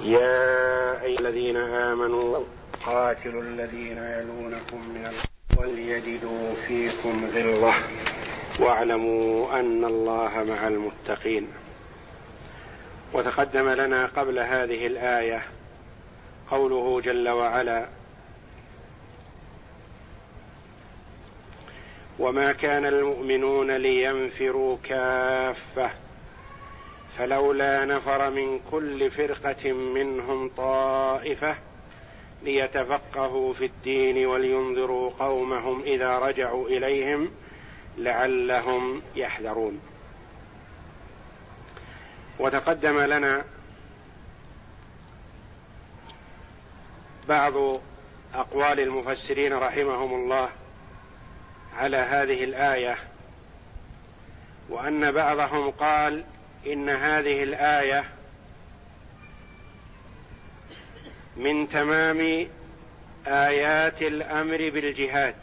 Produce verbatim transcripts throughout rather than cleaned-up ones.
يا أيها الذين آمنوا قاتلوا الذين يلونكم من الكفار وليجدوا فيكم غلظة واعلموا أن الله مع المتقين. وتقدم لنا قبل هذه الآية قوله جل وعلا: وما كان المؤمنون لينفروا كافة فلولا نفر من كل فرقة منهم طائفة ليتفقهوا في الدين ولينذروا قومهم إذا رجعوا إليهم لعلهم يحذرون. وتقدم لنا بعض أقوال المفسرين رحمهم الله على هذه الآية، وأن بعضهم قال إن هذه الآية من تمام آيات الأمر بالجهاد،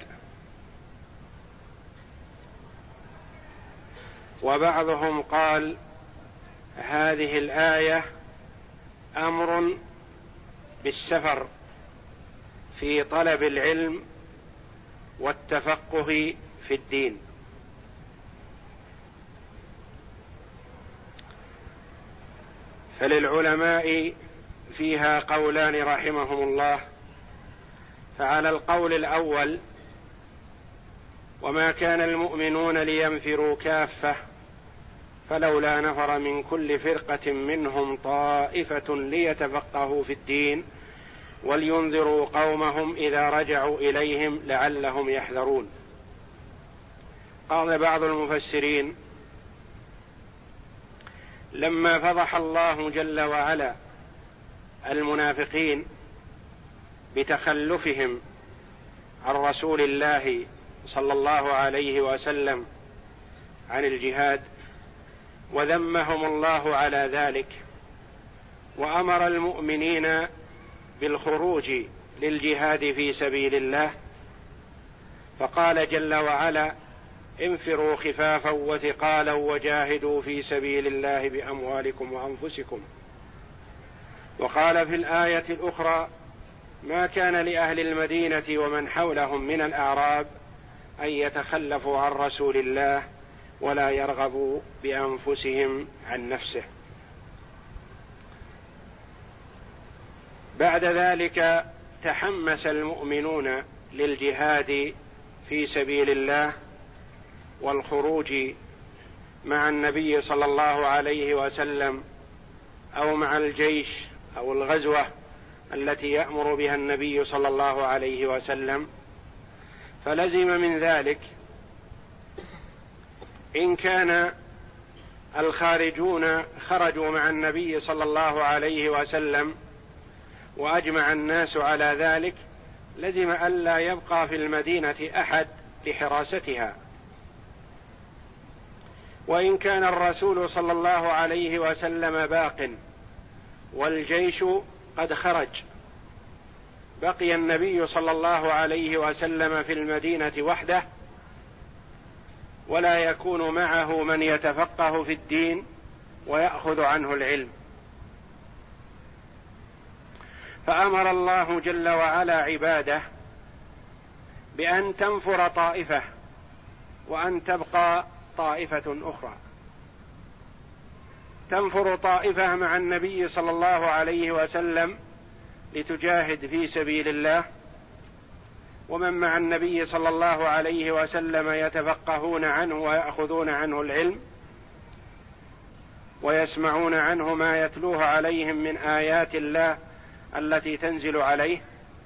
وبعضهم قال هذه الآية أمر بالسفر في طلب العلم والتفقه في الدين. فللعلماء فيها قولان رحمهم الله. فعلى القول الأول: وما كان المؤمنون لينفروا كافة فلولا نفر من كل فرقة منهم طائفة ليتفقهوا في الدين ولينذروا قومهم إذا رجعوا إليهم لعلهم يحذرون. قال بعض المفسرين: لما فضح الله جل وعلا المنافقين بتخلفهم عن رسول الله صلى الله عليه وسلم عن الجهاد وذمهم الله على ذلك، وأمر المؤمنين بالخروج للجهاد في سبيل الله، فقال جل وعلا: انفروا خفافا وثقالا وجاهدوا في سبيل الله بأموالكم وأنفسكم. وقال في الآية الأخرى: ما كان لأهل المدينة ومن حولهم من الأعراب أن يتخلفوا عن رسول الله ولا يرغبوا بأنفسهم عن نفسه. بعد ذلك تحمس المؤمنون للجهاد في سبيل الله والخروج مع النبي صلى الله عليه وسلم أو مع الجيش أو الغزوة التي يأمر بها النبي صلى الله عليه وسلم. فلزم من ذلك إن كان الخارجون خرجوا مع النبي صلى الله عليه وسلم وأجمع الناس على ذلك، لزم ألا يبقى في المدينة أحد لحراستها. وإن كان الرسول صلى الله عليه وسلم باق والجيش قد خرج، بقي النبي صلى الله عليه وسلم في المدينة وحده، ولا يكون معه من يتفقه في الدين ويأخذ عنه العلم. فأمر الله جل وعلا عباده بأن تنفر طائفة وأن تبقى طائفة أخرى. تنفر طائفة مع النبي صلى الله عليه وسلم لتجاهد في سبيل الله، ومن مع النبي صلى الله عليه وسلم يتفقهون عنه ويأخذون عنه العلم ويسمعون عنه ما يتلوه عليهم من آيات الله التي تنزل عليه.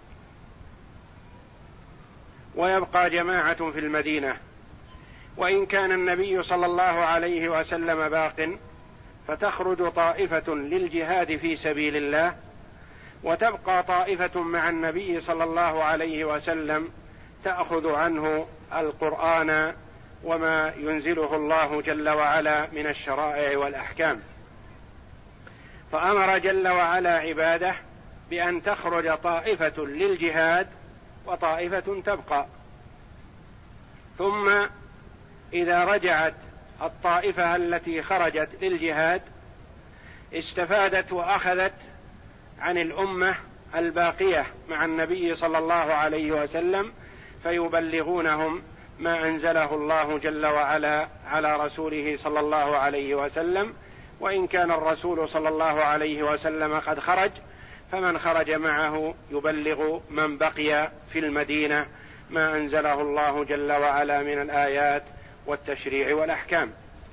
ويبقى جماعة في المدينة. وإن كان النبي صلى الله عليه وسلم باق فتخرج طائفة للجهاد في سبيل الله، وتبقى طائفة مع النبي صلى الله عليه وسلم تأخذ عنه القرآن وما ينزله الله جل وعلا من الشرائع والأحكام. فأمر جل وعلا عباده بأن تخرج طائفة للجهاد وطائفة تبقى. ثم إذا رجعت الطائفة التي خرجت للجهاد استفادت وأخذت عن الأمة الباقية مع النبي صلى الله عليه وسلم فيبلغونهم ما أنزله الله جل وعلا على رسوله صلى الله عليه وسلم. وإن كان الرسول صلى الله عليه وسلم قد خرج فمن خرج معه يبلغ من بقي في المدينة ما أنزله الله جل وعلا من الآيات والتشريع والأحكام.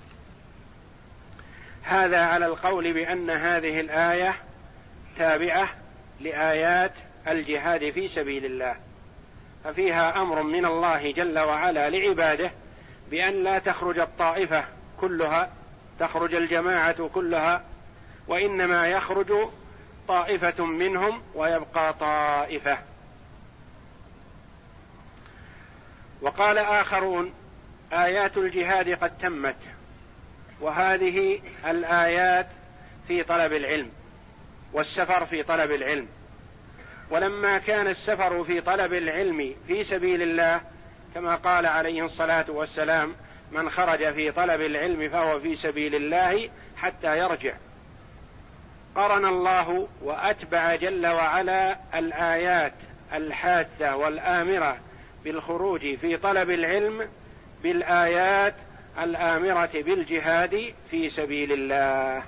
هذا على القول بأن هذه الآية تابعة لآيات الجهاد في سبيل الله، ففيها أمر من الله جل وعلا لعباده بأن لا تخرج الطائفة كلها، تخرج الجماعة كلها، وإنما يخرج طائفة منهم ويبقى طائفة. وقال آخرون آيات الجهاد قد تمت، وهذه الآيات في طلب العلم والسفر في طلب العلم، ولما كان السفر في طلب العلم في سبيل الله كما قال عليه الصلاة والسلام من خرج في طلب العلم فهو في سبيل الله حتى يرجع، قرن الله وأتبع جل وعلا الآيات الحاثة والآمرة بالخروج في طلب العلم بالآيات الآمرة بالجهاد في سبيل الله.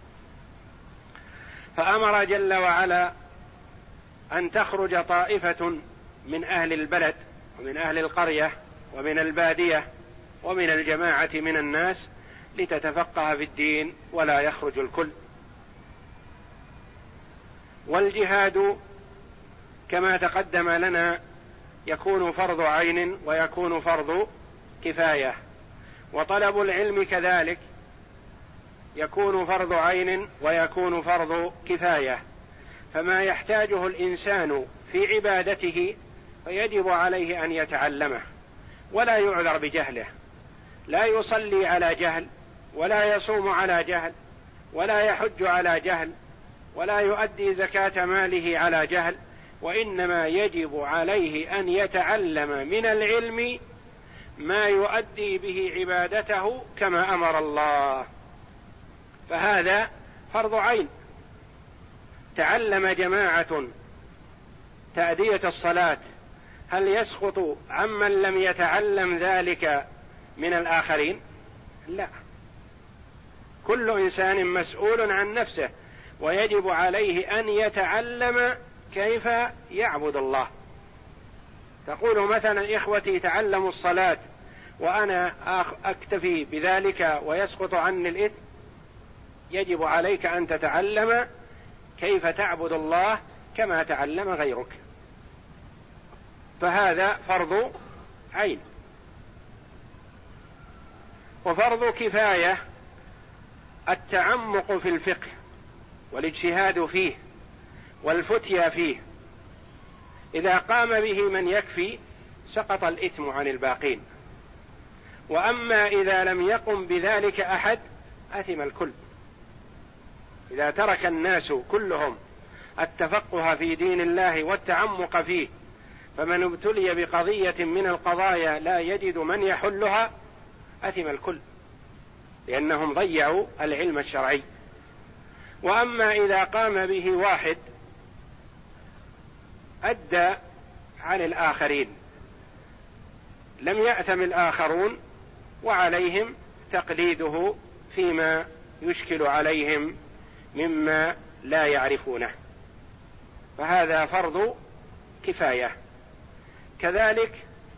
فأمر جل وعلا أن تخرج طائفة من أهل البلد ومن أهل القرية ومن البادية ومن الجماعة من الناس لتتفقه في الدين ولا يخرج الكل. والجهاد كما تقدم لنا يكون فرض عين ويكون فرض كفاية، وطلب العلم كذلك يكون فرض عين ويكون فرض كفاية، فما يحتاجه الإنسان في عبادته فيجب عليه أن يتعلمه ولا يعذر بجهله، لا يصلي على جهل ولا يصوم على جهل ولا يحج على جهل ولا يؤدي زكاة ماله على جهل، وإنما يجب عليه أن يتعلم من العلم ما يؤدي به عبادته كما أمر الله، فهذا فرض عين. تعلم جماعة تأدية الصلاة، هل يسقط عمن لم يتعلم ذلك من الآخرين؟ لا، كل إنسان مسؤول عن نفسه ويجب عليه أن يتعلم كيف يعبد الله. تقول مثلا إخوتي تعلموا الصلاة وأنا أكتفي بذلك ويسقط عني الإثم، يجب عليك أن تتعلم كيف تعبد الله كما تعلم غيرك، فهذا فرض عين. وفرض كفاية التعمق في الفقه والاجتهاد فيه والفتيا فيه، إذا قام به من يكفي سقط الإثم عن الباقين، وأما إذا لم يقم بذلك أحد أثم الكل. إذا ترك الناس كلهم التفقه في دين الله والتعمق فيه، فمن ابتلي بقضية من القضايا لا يجد من يحلها أثم الكل، لأنهم ضيعوا العلم الشرعي. وأما إذا قام به واحد أدى عن الآخرين لم يأثم الآخرون، وعليهم تقليده فيما يشكل عليهم مما لا يعرفونه، فهذا فرض كفاية. كذلك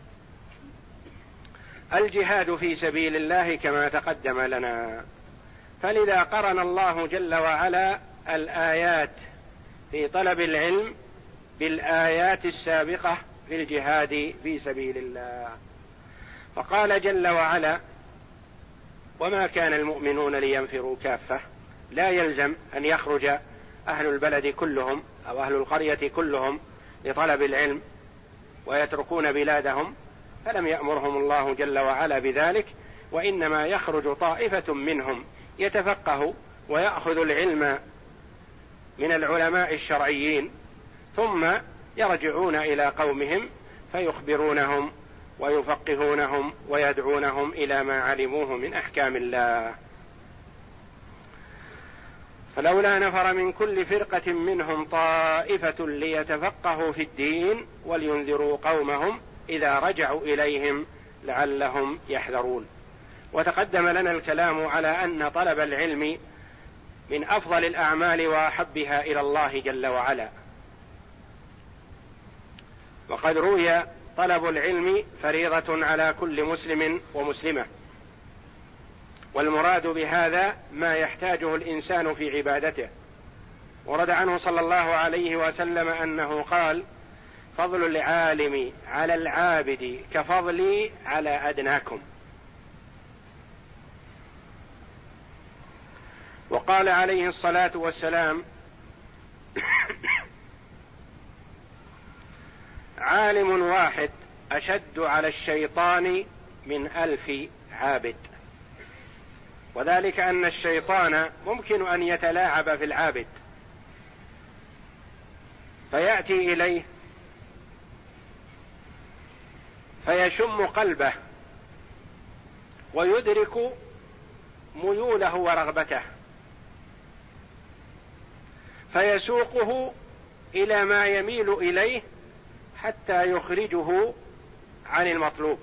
الجهاد في سبيل الله كما تقدم لنا، فلذا قرن الله جل وعلا الآيات في طلب العلم بالآيات السابقة في الجهاد في سبيل الله، فقال جل وعلا وما كان المؤمنون لينفروا كافة، لا يلزم أن يخرج أهل البلد كلهم أو أهل القرية كلهم لطلب العلم ويتركون بلادهم، فلم يأمرهم الله جل وعلا بذلك، وإنما يخرج طائفة منهم يتفقه ويأخذ العلم من العلماء الشرعيين، ثم يرجعون إلى قومهم فيخبرونهم ويفقهونهم ويدعونهم إلى ما علموه من أحكام الله. فلولا نفر من كل فرقة منهم طائفة ليتفقهوا في الدين ولينذروا قومهم إذا رجعوا إليهم لعلهم يحذرون. وتقدم لنا الكلام على أن طلب العلم من أفضل الأعمال وأحبها إلى الله جل وعلا، وقد روي طلب العلم فريضة على كل مسلم ومسلمة، والمراد بهذا ما يحتاجه الإنسان في عبادته. ورد عنه صلى الله عليه وسلم أنه قال: فضل العالم على العابد كفضلي على أدناكم. وقال عليه الصلاة والسلام: عالم واحد أشد على الشيطان من ألف عابد. وذلك أن الشيطان ممكن أن يتلاعب في العابد فيأتي إليه فيشم قلبه ويدرك ميوله ورغبته فيسوقه إلى ما يميل إليه حتى يخرجه عن المطلوب.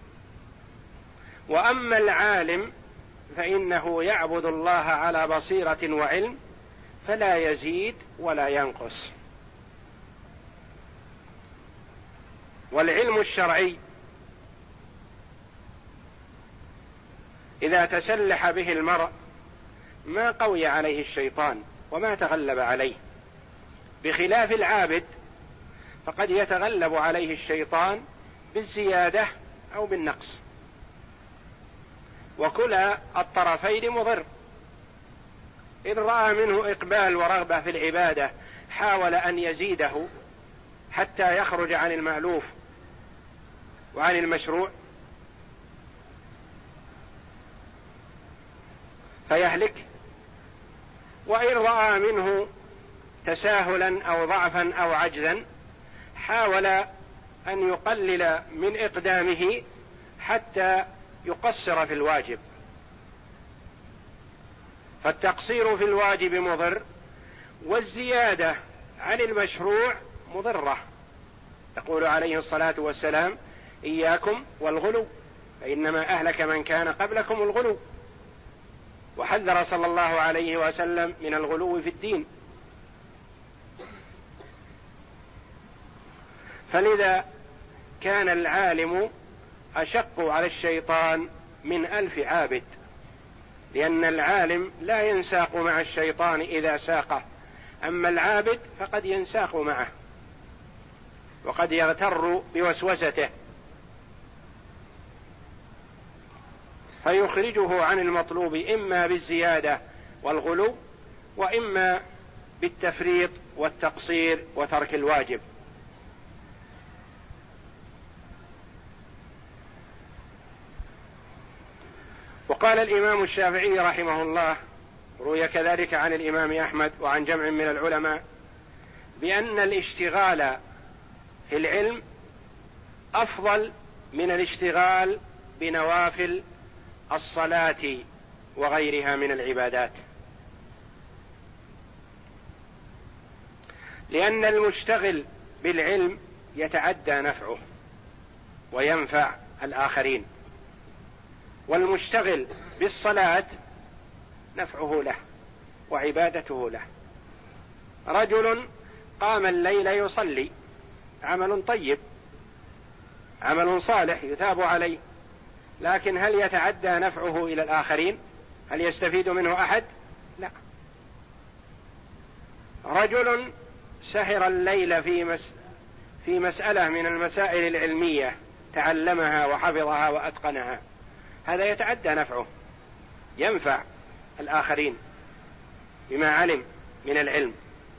وأما العالم فإنه يعبد الله على بصيرة وعلم فلا يزيد ولا ينقص. والعلم الشرعي إذا تسلح به المرء ما قوي عليه الشيطان وما تغلب عليه، بخلاف العابد فقد يتغلب عليه الشيطان بالزيادة أو بالنقص، وكلا الطرفين مضر. إذ رأى منه إقبال ورغبة في العبادة حاول أن يزيده حتى يخرج عن المألوف وعن المشروع فيهلك، وإن رأى منه تساهلا أو ضعفا أو عجزا حاول أن يقلل من إقدامه حتى يقصر في الواجب. فالتقصير في الواجب مضر، والزيادة عن المشروع مضرة. يقول عليه الصلاة والسلام: إياكم والغلو فإنما أهلك من كان قبلكم الغلو. وحذر صلى الله عليه وسلم من الغلو في الدين. فلذا كان العالم أشق على الشيطان من ألف عابد، لأن العالم لا ينساق مع الشيطان إذا ساقه، أما العابد فقد ينساق معه وقد يغتر بوسوسته فيخرجه عن المطلوب إما بالزيادة والغلو وإما بالتفريط والتقصير وترك الواجب. وقال الإمام الشافعي رحمه الله، روي كذلك عن الإمام أحمد وعن جمع من العلماء، بأن الاشتغال في العلم أفضل من الاشتغال بنوافل الصلاة وغيرها من العبادات، لأن المشتغل بالعلم يتعدى نفعه وينفع الآخرين، والمشتغل بالصلاة نفعه له وعبادته له. رجل قام الليل يصلي، عمل طيب، عمل صالح يثاب عليه، لكن هل يتعدى نفعه إلى الآخرين؟ هل يستفيد منه أحد؟ لا. رجل سهر الليل في, مس في مسألة من المسائل العلمية تعلمها وحفظها وأتقنها، هذا يتعدى نفعه، ينفع الآخرين بما علم من العلم.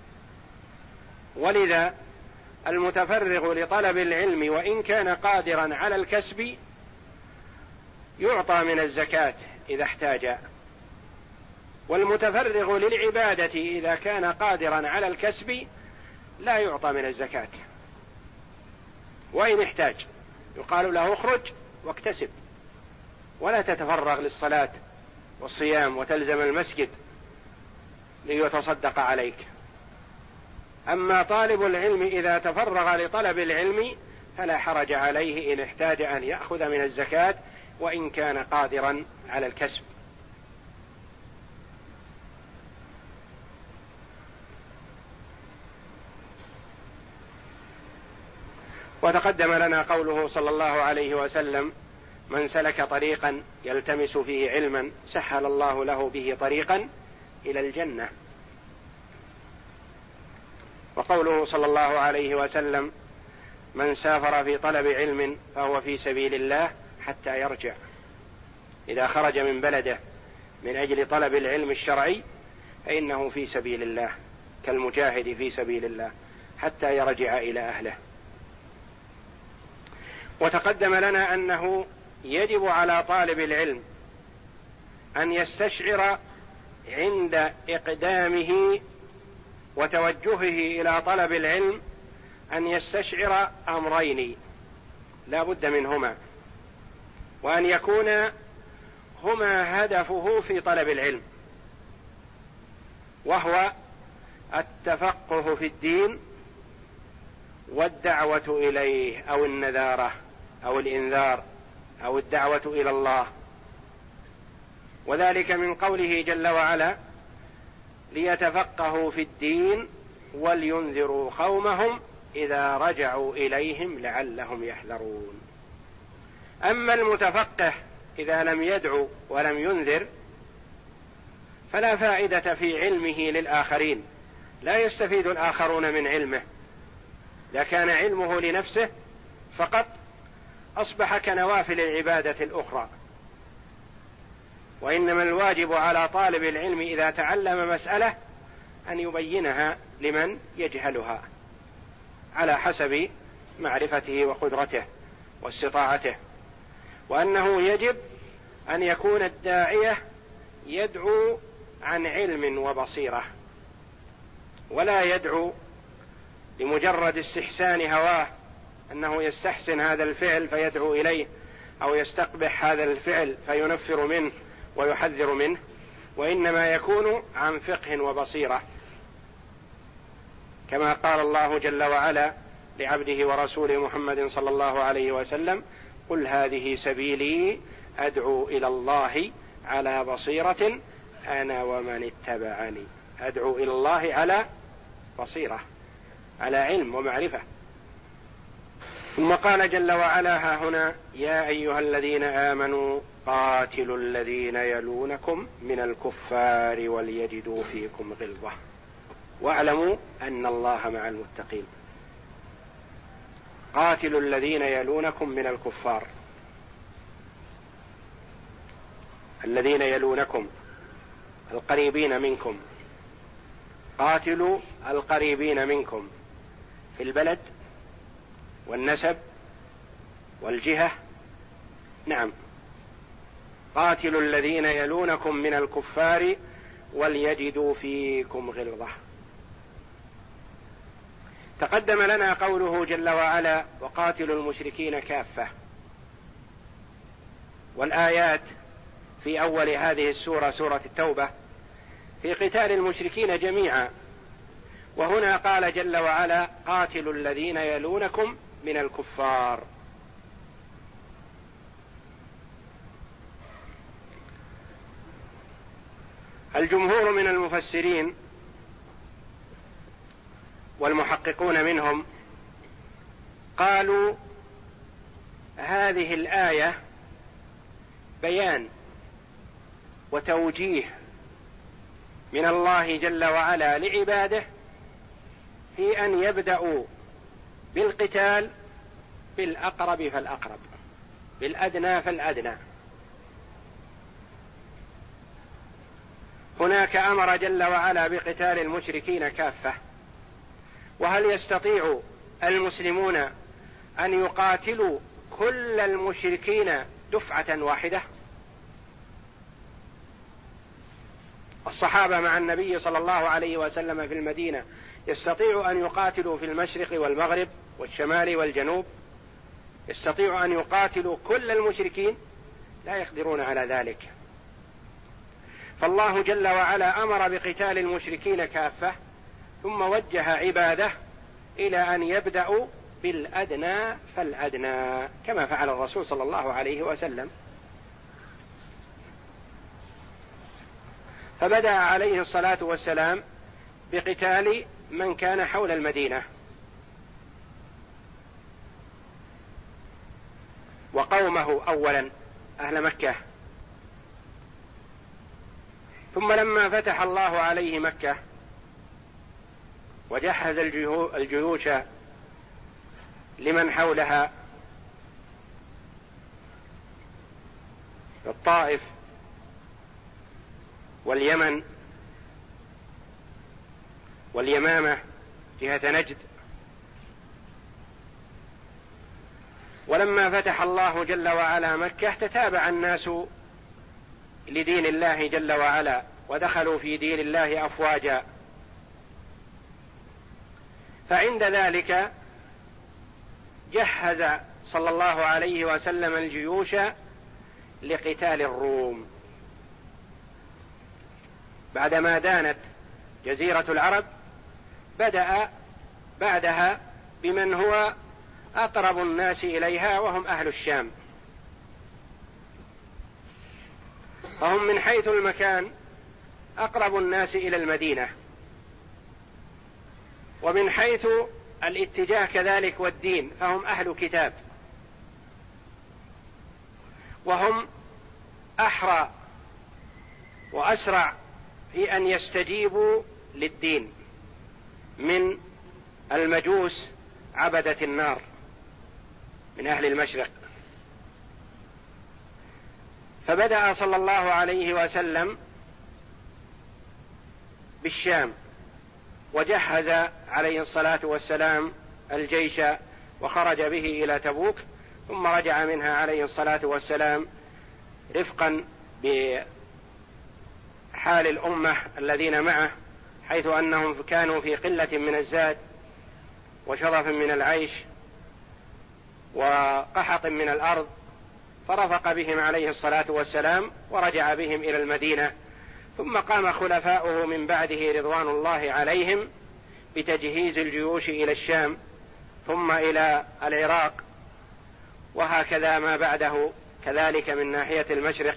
ولذا المتفرغ لطلب العلم وإن كان قادرا على الكسب يعطى من الزكاة إذا احتاج، والمتفرغ للعبادة إذا كان قادرا على الكسب لا يعطى من الزكاة وإن احتاج، يقال له اخرج واكتسب ولا تتفرغ للصلاة والصيام وتلزم المسجد. ليتصدق عليك. أما طالب العلم إذا تفرغ لطلب العلم فلا حرج عليه إن احتاج أن يأخذ من الزكاة وإن كان قادرا على الكسب. وتقدم لنا قوله صلى الله عليه وسلم: من سلك طريقا يلتمس فيه علما سهل الله له به طريقا إلى الجنة. وقوله صلى الله عليه وسلم: من سافر في طلب علم فهو في سبيل الله حتى يرجع. إذا خرج من بلده من أجل طلب العلم الشرعي فإنه في سبيل الله كالمجاهد في سبيل الله حتى يرجع إلى أهله. وتقدم لنا أنه يجب على طالب العلم أن يستشعر عند إقدامه وتوجهه إلى طلب العلم أن يستشعر أمرين لا بد منهما، وأن يكون هما هدفه في طلب العلم، وهو التفقه في الدين والدعوة إليه أو النذارة أو الإنذار أو الدعوة إلى الله. وذلك من قوله جل وعلا: ليتفقهوا في الدين ولينذروا قومهم إذا رجعوا إليهم لعلهم يحذرون. أما المتفقه إذا لم يدعو ولم ينذر فلا فائدة في علمه للآخرين، لا يستفيد الآخرون من علمه. إذا كان علمه لنفسه فقط أصبح كنوافل العبادة الأخرى. وإنما الواجب على طالب العلم إذا تعلم مسألة أن يبينها لمن يجهلها على حسب معرفته وقدرته واستطاعته، وأنه يجب أن يكون الداعية يدعو عن علم وبصيرة، ولا يدعو لمجرد استحسان هواه، أنه يستحسن هذا الفعل فيدعو إليه، أو يستقبح هذا الفعل فينفر منه ويحذر منه، وإنما يكون عن فقه وبصيرة، كما قال الله جل وعلا لعبده ورسوله محمد صلى الله عليه وسلم: قل هذه سبيلي أدعو إلى الله على بصيرة أنا ومن اتبعني. أدعو إلى الله على بصيرة، على علم ومعرفة. ثم قال جل وعلا ها هنا: يا أيها الذين آمنوا قاتلوا الذين يلونكم من الكفار وليجدوا فيكم غلظة واعلموا أن الله مع المتقين. قاتلوا الذين يلونكم من الكفار، الذين يلونكم القريبين منكم، قاتلوا القريبين منكم في البلد والنسب والجهة. نعم، قاتلوا الذين يلونكم من الكفار وليجدوا فيكم غلظة. تقدم لنا قوله جل وعلا: وقاتلوا المشركين كافة، والآيات في أول هذه السورة سورة التوبة في قتال المشركين جميعا، وهنا قال جل وعلا: قاتلوا الذين يلونكم من الكفار. الجمهور من المفسرين والمحققون منهم قالوا هذه الآية بيان وتوجيه من الله جل وعلا لعباده في أن يبدأوا بالقتال بالأقرب فالأقرب، بالأدنى فالأدنى. هناك أمر جل وعلا بقتال المشركين كافة، وهل يستطيع المسلمون أن يقاتلوا كل المشركين دفعة واحدة؟ الصحابة مع النبي صلى الله عليه وسلم في المدينة يستطيعوا أن يقاتلوا في المشرق والمغرب والشمال والجنوب، يستطيعوا أن يقاتلوا كل المشركين؟ لا يقدرون على ذلك. فالله جل وعلا أمر بقتال المشركين كافة، ثم وجه عباده إلى أن يبدأوا بالأدنى فالأدنى، كما فعل الرسول صلى الله عليه وسلم. فبدأ عليه الصلاة والسلام بقتال من كان حول المدينة، وقومه أولا أهل مكة. ثم لما فتح الله عليه مكة وجهز الجيوش لمن حولها، الطائف واليمن واليمامة جهة نجد، ولما فتح الله جل وعلا مكة تتابع الناس لدين الله جل وعلا ودخلوا في دين الله أفواجا. فعند ذلك جهز صلى الله عليه وسلم الجيوش لقتال الروم، بعدما دانت جزيرة العرب بدأ بعدها بمن هو أقرب الناس إليها وهم أهل الشام. فهم من حيث المكان أقرب الناس إلى المدينة، ومن حيث الاتجاه كذلك والدين فهم أهل كتاب، وهم أحرى وأسرع في أن يستجيبوا للدين من المجوس عبدة النار من أهل المشرق. فبدأ صلى الله عليه وسلم بالشام، وجهز عليه الصلاة والسلام الجيش وخرج به إلى تبوك، ثم رجع منها عليه الصلاة والسلام رفقا بحال الأمة الذين معه، حيث أنهم كانوا في قلة من الزاد وشرف من العيش وقحط من الأرض، فرفق بهم عليه الصلاة والسلام ورجع بهم إلى المدينة. ثم قام خلفاؤه من بعده رضوان الله عليهم بتجهيز الجيوش إلى الشام ثم إلى العراق، وهكذا ما بعده كذلك من ناحية المشرق،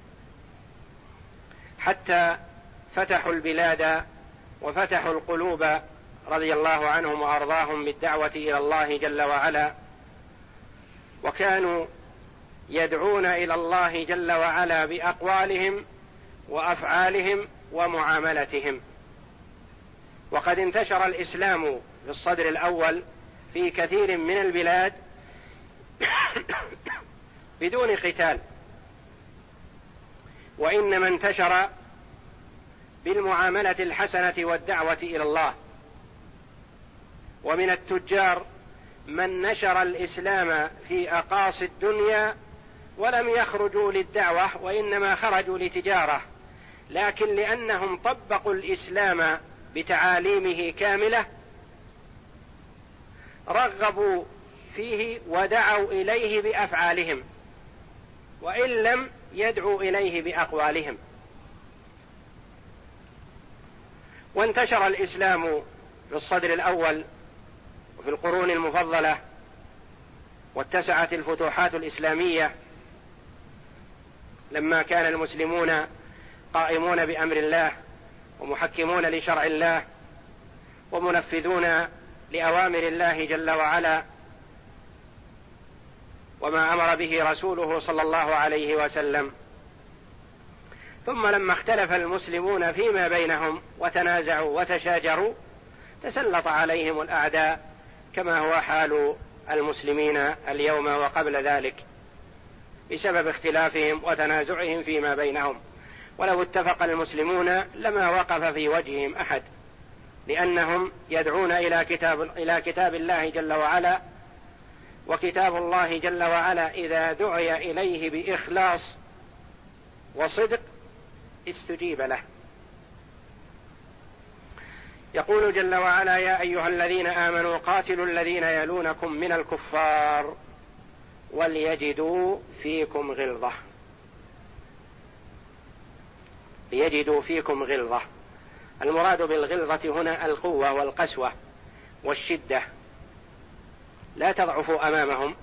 حتى فتحوا البلاد وفتحوا القلوب رضي الله عنهم وأرضاهم بالدعوة إلى الله جل وعلا، وكانوا يدعون إلى الله جل وعلا بأقوالهم وأفعالهم ومعاملتهم. وقد انتشر الإسلام في الصدر الأول في كثير من البلاد بدون قتال، وإنما انتشر بالمعاملة الحسنة والدعوة إلى الله. ومن التجار من نشر الإسلام في أقاصي الدنيا ولم يخرجوا للدعوة، وإنما خرجوا لتجارة، لكن لأنهم طبقوا الإسلام بتعاليمه كاملة رغبوا فيه ودعوا إليه بأفعالهم، وإن لم يدعوا إليه بأقوالهم. وانتشر الإسلام في الصدر الأول وفي القرون المفضلة، واتسعت الفتوحات الإسلامية لما كان المسلمون قائمون بأمر الله ومحكمون لشرع الله ومنفذون لأوامر الله جل وعلا وما أمر به رسوله صلى الله عليه وسلم. ثم لما اختلف المسلمون فيما بينهم وتنازعوا وتشاجروا تسلط عليهم الأعداء، كما هو حال المسلمين اليوم وقبل ذلك، بسبب اختلافهم وتنازعهم فيما بينهم. ولو اتفق المسلمون لما وقف في وجههم أحد، لأنهم يدعون إلى كتاب, إلى كتاب الله جل وعلا، وكتاب الله جل وعلا إذا دعي إليه بإخلاص وصدق استجيب له. يقول جل وعلا: يا أيها الذين آمنوا قاتلوا الذين يلونكم من الكفار وليجدوا فيكم غلظة. يجدوا فيكم غلظة. المراد بالغلظة هنا القوة والقسوة والشدة، لا تضعفوا أمامهم.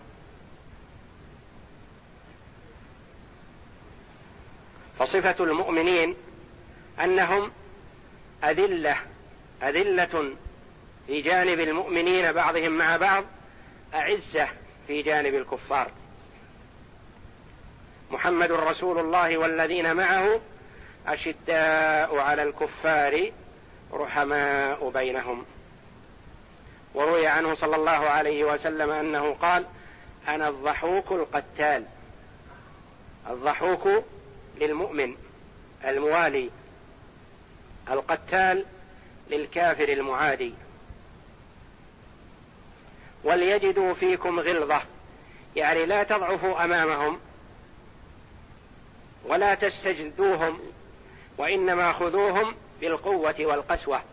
فصفة المؤمنين أنهم أذلة أذلة في جانب المؤمنين بعضهم مع بعض، أعزة في جانب الكفار. محمد رسول الله والذين معه أشداء على الكفار رحماء بينهم. وروي عنه صلى الله عليه وسلم أنه قال: أنا الضحوك القتال. الضحوك للمؤمن الموالي، القتال للكافر المعادي. وليجدوا فيكم غلظة، يعني لا تضعفوا أمامهم ولا تستجدوهم، وإنما خذوهم بالقوة والقسوة،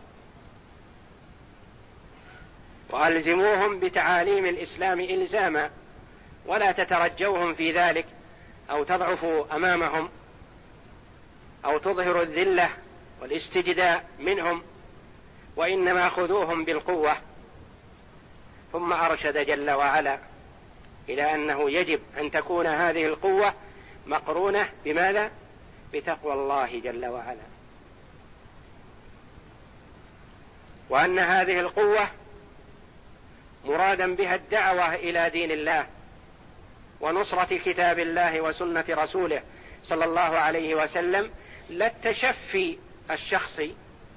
وألزموهم بتعاليم الإسلام إلزاما، ولا تترجوهم في ذلك أو تضعفوا أمامهم أو تظهروا الذلة والاستجداء منهم، وإنما خذوهم بالقوة. ثم أرشد جل وعلا إلى أنه يجب أن تكون هذه القوة مقرونة بماذا؟ بتقوى الله جل وعلا، وأن هذه القوة مرادا بها الدعوة إلى دين الله ونصرة كتاب الله وسنة رسوله صلى الله عليه وسلم، لا التشفي الشخصي،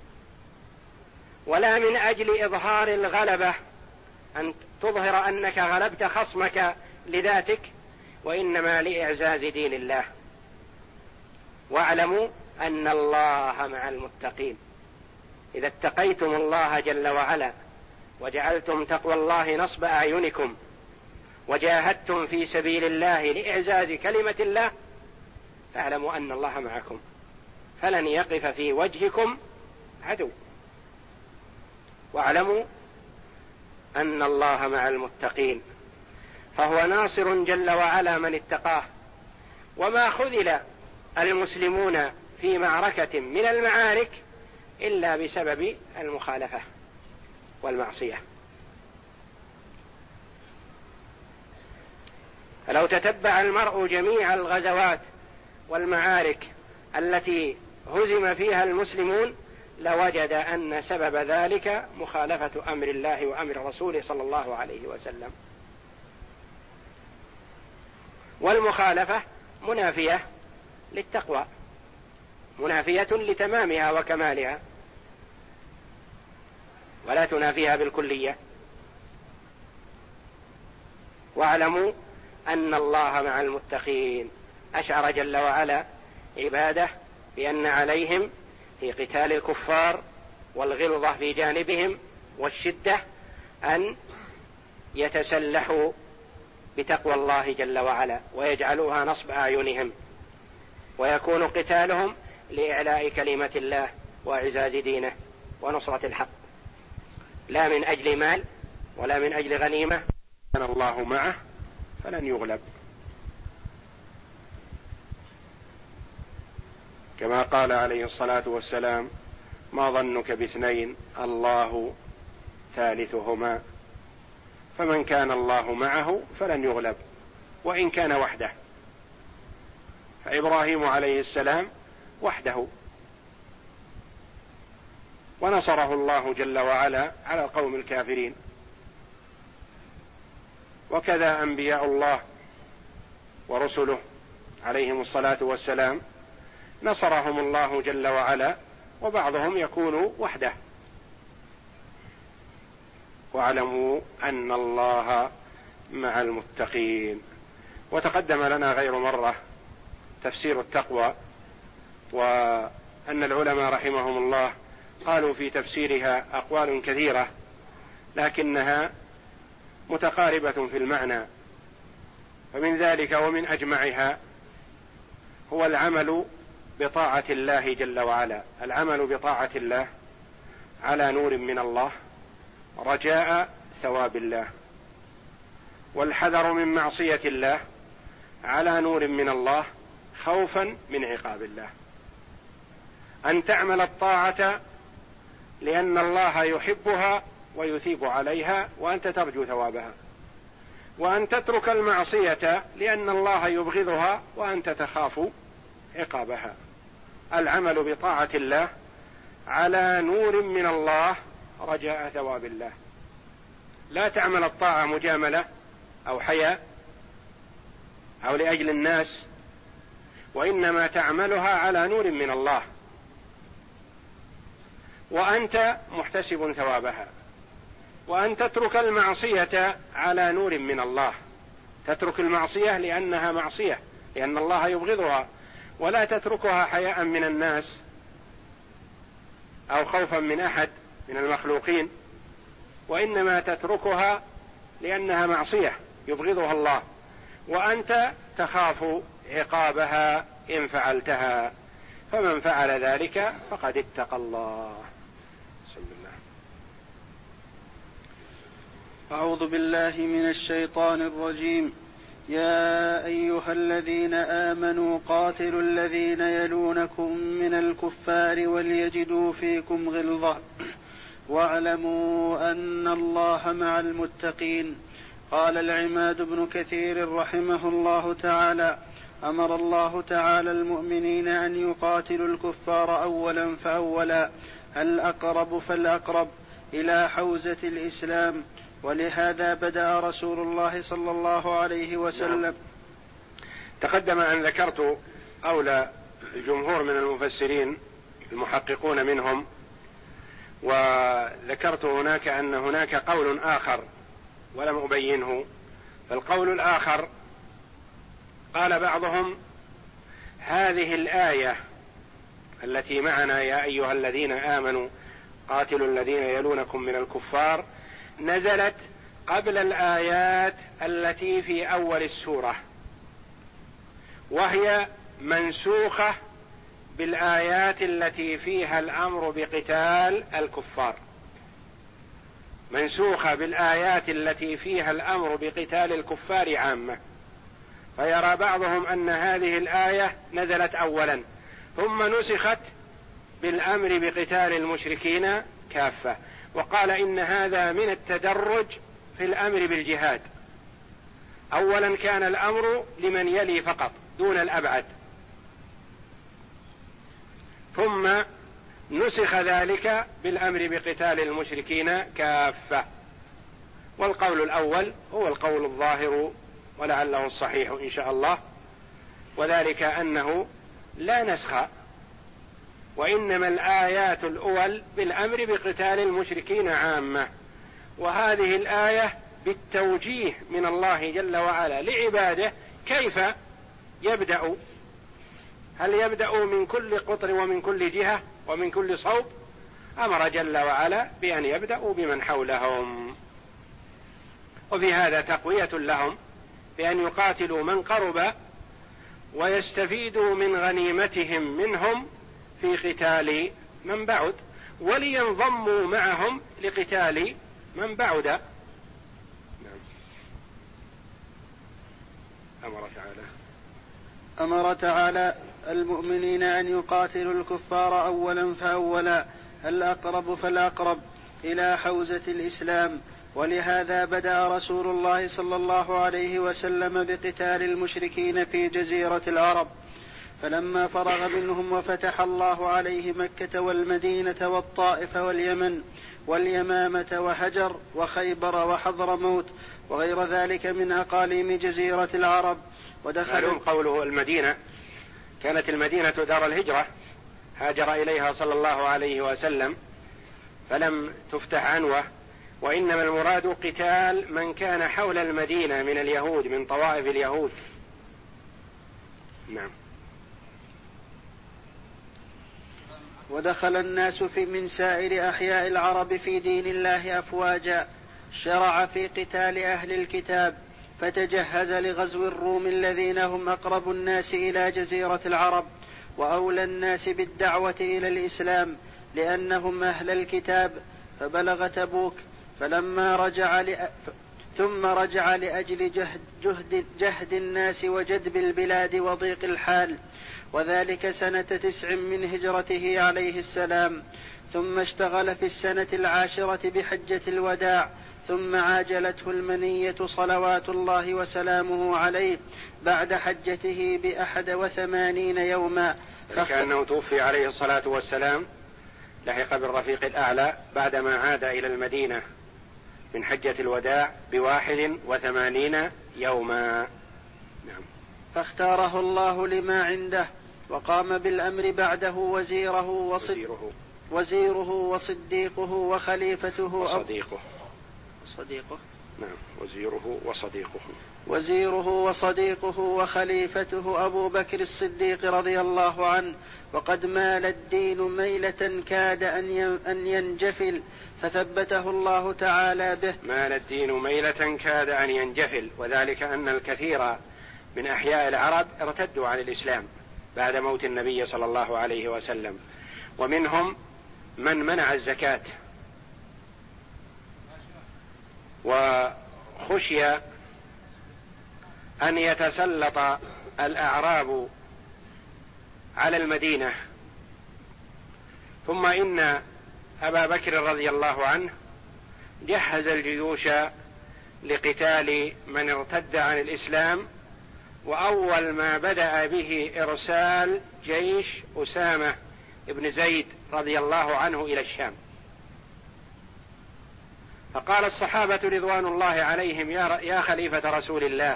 ولا من أجل إظهار الغلبة أن تظهر أنك غلبت خصمك لذاتك، وإنما لإعزاز دين الله. واعلموا أن الله مع المتقين. إذا اتقيتم الله جل وعلا وجعلتم تقوى الله نصب أعينكم وجاهدتم في سبيل الله لإعزاز كلمة الله، فاعلموا أن الله معكم، فلن يقف في وجهكم عدو. واعلموا أن الله مع المتقين، فهو ناصر جل وعلا من اتقاه. وما خذل المسلمون في معركة من المعارك إلا بسبب المخالفة والمعصية. فلو تتبع المرء جميع الغزوات والمعارك التي هزم فيها المسلمون لوجد أن سبب ذلك مخالفة أمر الله وأمر رسوله صلى الله عليه وسلم. والمخالفة منافية للتقوى، منافية لتمامها وكمالها، ولا تنافيها بالكلية. واعلموا أن الله مع المتقين. أشعر جل وعلا عباده بأن عليهم في قتال الكفار والغلظة في جانبهم والشدة أن يتسلحوا بتقوى الله جل وعلا ويجعلوها نصب أعينهم، ويكون قتالهم لإعلاء كلمة الله وإعزاز دينه ونصرة الحق، لا من أجل مال ولا من أجل غنيمة. كان الله معه فلن يغلب، كما قال عليه الصلاة والسلام: ما ظنك باثنين الله ثالثهما. فمن كان الله معه فلن يغلب وإن كان وحده. فإبراهيم عليه السلام وحده ونصره الله جل وعلا على القوم الكافرين، وكذا أنبياء الله ورسله عليهم الصلاة والسلام نصرهم الله جل وعلا، وبعضهم يكون وحده. واعلموا أن الله مع المتقين. وتقدم لنا غير مرة تفسير التقوى، وأن العلماء رحمهم الله قالوا في تفسيرها أقوال كثيرة لكنها متقاربة في المعنى. فمن ذلك ومن أجمعها هو العمل بطاعة الله جل وعلا، العمل بطاعة الله على نور من الله رجاء ثواب الله، والحذر من معصية الله على نور من الله خوفا من عقاب الله. أن تعمل الطاعة لأن الله يحبها ويثيب عليها وأنت ترجو ثوابها، وأن تترك المعصية لأن الله يبغضها وأنت تخاف عقابها. العمل بطاعة الله على نور من الله رجاء ثواب الله. لا تعمل الطاعة مجاملة أو حياء أو لأجل الناس، وإنما تعملها على نور من الله وأنت محتسب ثوابها. وأن تترك المعصية على نور من الله، تترك المعصية لأنها معصية لأن الله يبغضها، ولا تتركها حياء من الناس أو خوفا من أحد من المخلوقين، وإنما تتركها لأنها معصية يبغضها الله وأنت تخاف عقابها إن فعلتها. فمن فعل ذلك فقد اتقى الله. بسم الله. أعوذ بالله من الشيطان الرجيم. يا أيها الذين آمنوا قاتلوا الذين يلونكم من الكفار وليجدوا فيكم غلظة واعلموا أن الله مع المتقين. قال العماد بن كثير رحمه الله تعالى: أمر الله تعالى المؤمنين أن يقاتلوا الكفار أولا فأولا، الأقرب فالأقرب، إلى حوزة الإسلام، ولهذا بدأ رسول الله صلى الله عليه وسلم. تقدم أن ذكرت قول الجمهور من المفسرين المحققون منهم، وذكرت هناك أن هناك قول آخر ولم أبينه. فالقول الآخر قال بعضهم: هذه الآية التي معنا يا أيها الذين آمنوا قاتلوا الذين يلونكم من الكفار نزلت قبل الآيات التي في أول السورة، وهي منسوخة بالآيات التي فيها الأمر بقتال الكفار، منسوخة بالآيات التي فيها الأمر بقتال الكفار عامة. فيرى بعضهم أن هذه الآية نزلت أولا ثم نسخت بالأمر بقتال المشركين كافة، وقال إن هذا من التدرج في الأمر بالجهاد. أولا كان الأمر لمن يلي فقط دون الأبعد، ثم نسخ ذلك بالأمر بقتال المشركين كافة. والقول الأول هو القول الظاهر ولعله الصحيح إن شاء الله، وذلك أنه لا نسخ، وإنما الآيات الأول بالأمر بقتال المشركين عامة، وهذه الآية بالتوجيه من الله جل وعلا لعباده كيف يبدأ. هل يبدأ من كل قطر ومن كل جهة ومن كل صوب؟ أمر جل وعلا بأن يبدأوا بمن حولهم، وفي هذا تقوية لهم بأن يقاتلوا من قرب ويستفيدوا من غنيمتهم منهم في قتال من بعد، ولينضموا معهم لقتال من بعد. أمر تعالى أمر تعالى المؤمنين أن يقاتلوا الكفار أولا فأولا، الأقرب فالأقرب، إلى حوزة الإسلام. ولهذا بدأ رسول الله صلى الله عليه وسلم بقتال المشركين في جزيرة العرب، فلما فرغ منهم وفتح الله عليه مكة والمدينة والطائف واليمن واليمامة وهجر وخيبر وحضرموت وغير ذلك من أقاليم جزيرة العرب. ودخل قوله المدينة، كانت المدينة دار الهجرة، هاجر إليها صلى الله عليه وسلم فلم تفتح عنوة، وإنما المراد قتال من كان حول المدينة من اليهود، من طوائف اليهود. نعم. ودخل الناس في من سائر أحياء العرب في دين الله أفواجا، شرع في قتال أهل الكتاب، فتجهز لغزو الروم الذين هم أقرب الناس إلى جزيرة العرب وأولى الناس بالدعوة إلى الإسلام لأنهم أهل الكتاب. فبلغ تبوك، فلما رجع ثم رجع لأجل جهد, جهد, جهد الناس وجدب البلاد وضيق الحال، وذلك سنة تسع من هجرته عليه السلام. ثم اشتغل في السنة العاشرة بحجة الوداع، ثم عاجلته المنية صلوات الله وسلامه عليه بعد حجته بأحد وثمانين يوما. كأنه توفي عليه الصلاة والسلام، لحق بالرفيق الأعلى بعدما عاد إلى المدينة من حجة الوداع بواحد وثمانين يوما. نعم. فاختاره الله لما عنده، وقام بالأمر بعده وزيره وصديقه وزيره وصديقه وخليفته وصديقه وصديقه نعم وزيره وصديقه وزيره وصديقه وخليفته أبو بكر الصديق رضي الله عنه. وقد مال الدين ميلة كاد أن ينجفل، فثبته الله تعالى به. مال الدين ميلة كاد أن ينجفل، وذلك أن الكثير من أحياء العرب ارتدوا عن الإسلام بعد موت النبي صلى الله عليه وسلم، ومنهم من منع الزكاة، وخشي أن يتسلط الأعراب على المدينة. ثم إن أبا بكر رضي الله عنه جهز الجيوش لقتال من ارتد عن الإسلام، وأول ما بدأ به إرسال جيش أسامة ابن زيد رضي الله عنه إلى الشام. فقال الصحابة رضوان الله عليهم: يا خليفة رسول الله،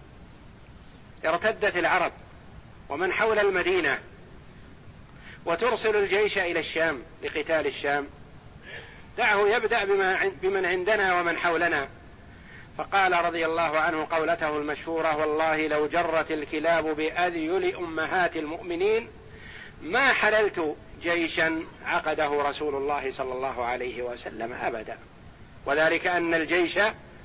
ارتدت العرب ومن حول المدينة، وترسل الجيش إلى الشام لقتال الشام، دعه يبدأ بمن عندنا ومن حولنا. فقال رضي الله عنه قولته المشهورة: والله لو جرت الكلاب بأذيل أمهات المؤمنين ما حللت جيشا عقده رسول الله صلى الله عليه وسلم أبدا. وذلك أن الجيش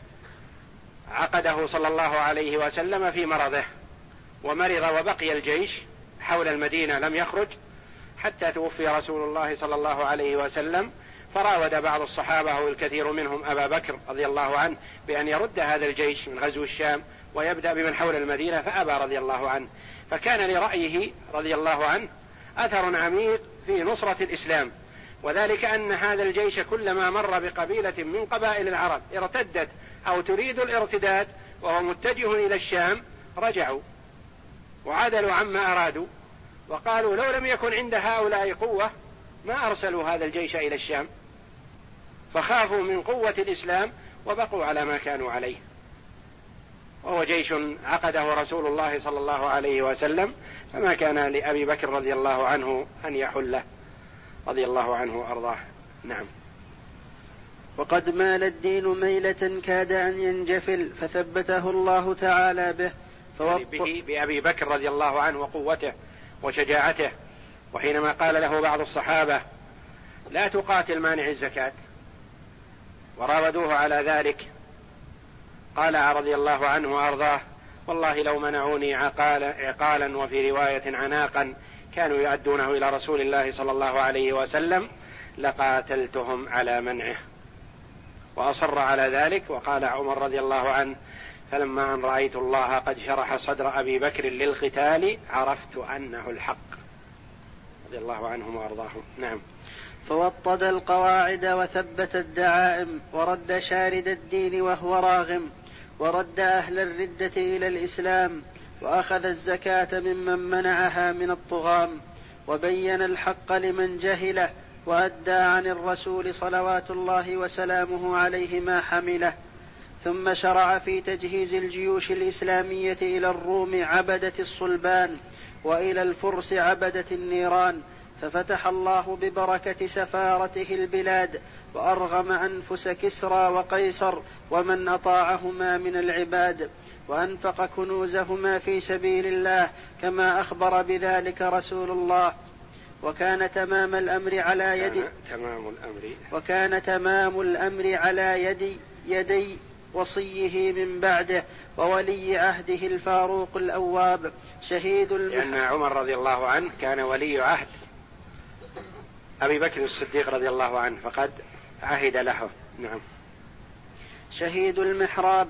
عقده صلى الله عليه وسلم في مرضه، ومرض وبقي الجيش حول المدينة لم يخرج حتى توفي رسول الله صلى الله عليه وسلم. فراود بعض الصحابة والكثير منهم أبا بكر رضي الله عنه بأن يرد هذا الجيش من غزو الشام ويبدأ بمن حول المدينة، فأبى رضي الله عنه. فكان لرأيه رضي الله عنه أثر عميق في نصرة الإسلام، وذلك أن هذا الجيش كلما مر بقبيلة من قبائل العرب ارتدت أو تريد الارتداد وهو متجه إلى الشام رجعوا وعدلوا عما أرادوا، وقالوا لو لم يكن عند هؤلاء قوة ما أرسلوا هذا الجيش إلى الشام، فخافوا من قوة الإسلام وبقوا على ما كانوا عليه. وهو جيش عقده رسول الله صلى الله عليه وسلم، فما كان لأبي بكر رضي الله عنه أن يحله رضي الله عنه وأرضاه. نعم. وقد مال الدين ميلة كاد أن ينجفل، فثبته الله تعالى به. يعني به بأبي بكر رضي الله عنه وقوته وشجاعته. وحينما قال له بعض الصحابة: لا تقاتل مانع الزكاة، وراودوه على ذلك، قال رضي الله عنه وأرضاه: والله لو منعوني عقالا وفي رواية عناقا كانوا يؤدونه إلى رسول الله صلى الله عليه وسلم لقاتلتهم على منعه. وأصر على ذلك. وقال عمر رضي الله عنه: فلما أن رأيت الله قد شرح صدر أبي بكر للقتال عرفت أنه الحق رضي الله عنهم وأرضاهم. نعم. فوطد القواعد وثبت الدعائم، ورد شارد الدين وهو راغم، ورد أهل الردة إلى الإسلام، وأخذ الزكاة ممن منعها من الطغام، وبين الحق لمن جهله، وأدى عن الرسول صلوات الله وسلامه عليه ما حمله. ثم شرع في تجهيز الجيوش الإسلامية إلى الروم عبدة الصلبان، وإلى الفرس عبدة النيران، ففتح الله ببركة سفارته البلاد، وأرغم أنفس كسرى وقيصر ومن أطاعهما من العباد، وأنفق كنوزهما في سبيل الله كما أخبر بذلك رسول الله. وكان تمام الأمر على يد تمام الأمر وكان تمام الأمر على يد يدي وصيه من بعده وولي عهده الفاروق الأواب شهيد لأن عمر رضي الله عنه كان ولي عهد أبي بكر الصديق رضي الله عنه، فقد عهد له. نعم. شهيد المحراب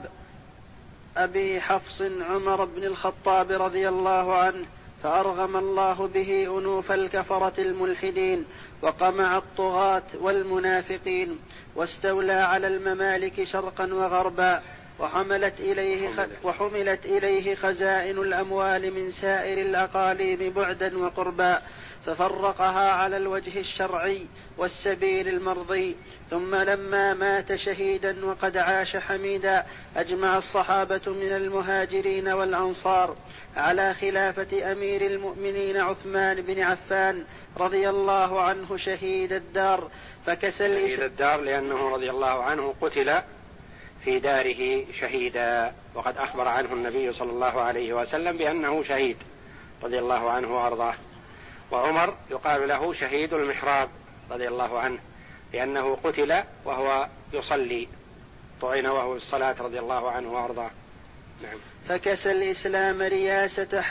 أبي حفص عمر بن الخطاب رضي الله عنه، فأرغم الله به أنوف الكفرة الملحدين وقمع الطغاة والمنافقين، واستولى على الممالك شرقا وغربا، وحملت إليه, وحملت إليه خزائن الأموال من سائر الأقاليم بعدا وقربا، ففرقها على الوجه الشرعي والسبيل المرضي. ثم لما مات شهيدا وقد عاش حميدا، أجمع الصحابة من المهاجرين والأنصار على خلافة أمير المؤمنين عثمان بن عفان رضي الله عنه شهيد الدار، فكسل شهيد الدار لأنه رضي الله عنه قتل في داره شهيدا، وقد أخبر عنه النبي صلى الله عليه وسلم بأنه شهيد رضي الله عنه وأرضاه. وعمر يقال له شهيد المحراب رضي الله عنه لأنه قتل وهو يصلي، طعن وهو الصلاة رضي الله عنه وأرضاه. نعم. فكسى الإسلام رياسة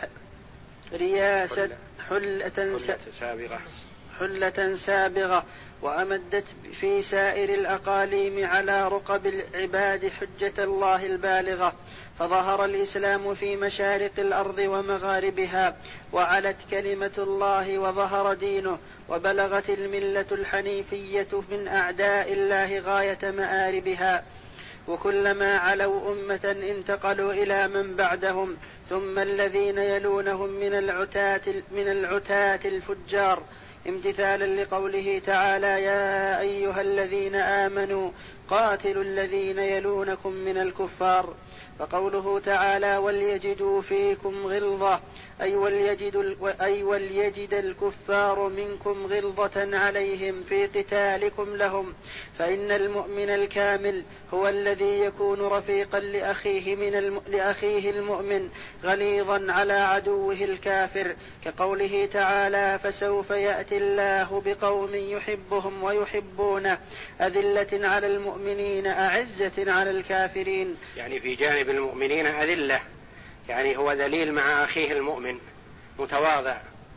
رياسة حلة, حلة سابغة حلة سابغة وأمدت في سائر الأقاليم على رقب العباد حجة الله البالغة، فظهر الإسلام في مشارق الأرض ومغاربها، وعلت كلمة الله وظهر دينه، وبلغت الملة الحنيفية من أعداء الله غاية مآربها. وكلما علوا أمة انتقلوا إلى من بعدهم، ثم الذين يلونهم من العتاة, من العتاة الفجار، امتثالا لقوله تعالى: يا أيها الذين آمنوا قاتلوا الذين يلونكم من الكفار. فقوله تعالى: وليجدوا فيكم غلظة، أي وليجد, أي وليجد الكفار منكم غلظة عليهم في قتالكم لهم، فإن المؤمن الكامل هو الذي يكون رفيقا لأخيه, من الم... لأخيه المؤمن غليظا على عدوه الكافر، كقوله تعالى: فسوف يأتي الله بقوم يحبهم ويحبونه أذلة على المؤمنين أعزة على الكافرين. يعني في جانب المؤمنين أذلة، يعني هو ذليل مع أخيه المؤمن متواضع،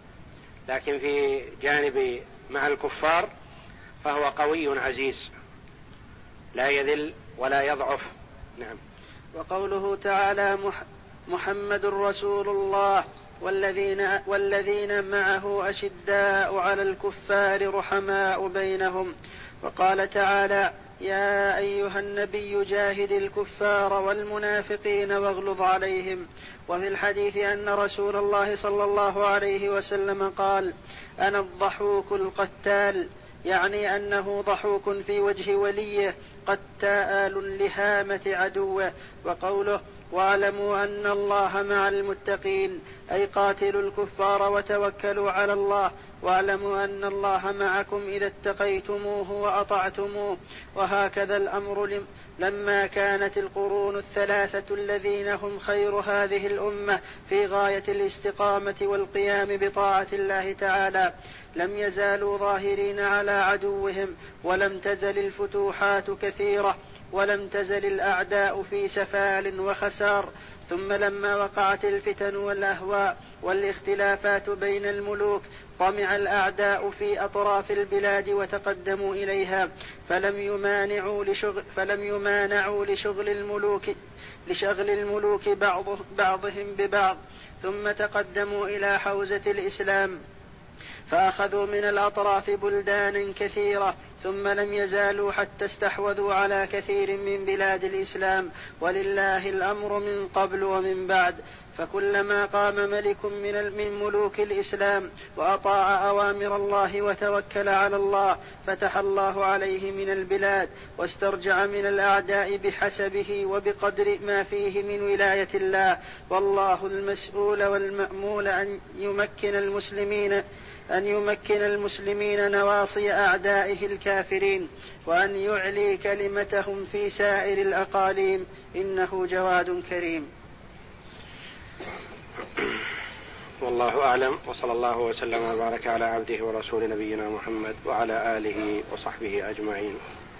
لكن في جانب مع الكفار فهو قوي عزيز لا يذل ولا يضعف. نعم. وقوله تعالى: محمد رسول الله والذين, والذين معه أشداء على الكفار رحماء بينهم. وقال تعالى: يا أيها النبي جاهد الكفار والمنافقين واغلظ عليهم. وفي الحديث أن رسول الله صلى الله عليه وسلم قال: أنا الضحوك القتال، يعني أنه ضحوك في وجه وليه قتال لهامة عدوه. وقوله: واعلموا أن الله مع المتقين، أي قاتلوا الكفار وتوكلوا على الله، واعلموا أن الله معكم إذا اتقيتموه وأطعتموه. وهكذا الأمر لما كانت القرون الثلاثة الذين هم خير هذه الأمة في غاية الاستقامة والقيام بطاعة الله تعالى، لم يزالوا ظاهرين على عدوهم، ولم تزل الفتوحات كثيرة، ولم تزل الأعداء في سفال وخسار. ثم لما وقعت الفتن والأهواء والاختلافات بين الملوك، طمع الأعداء في أطراف البلاد وتقدموا إليها، فلم يمانعوا لشغل, فلم يمانعوا لشغل الملوك لشغل الملوك بعض بعضهم ببعض، ثم تقدموا إلى حوزة الإسلام، فأخذوا من الأطراف بلدانا كثيرة، ثم لم يزالوا حتى استحوذوا على كثير من بلاد الإسلام، ولله الأمر من قبل ومن بعد. فكلما قام ملك من من ملوك الإسلام وأطاع أوامر الله وتوكل على الله، فتح الله عليه من البلاد، واسترجع من الأعداء بحسبه وبقدر ما فيه من ولاية الله. والله المسؤول والمأمول أن يمكن المسلمين أن يمكن المسلمين نواصي أعدائه الكافرين، وأن يعلي كلمتهم في سائر الأقاليم، إنه جواد كريم. والله أعلم، وصلى الله وسلم وبارك على عبده ورسول نبينا محمد وعلى آله وصحبه أجمعين.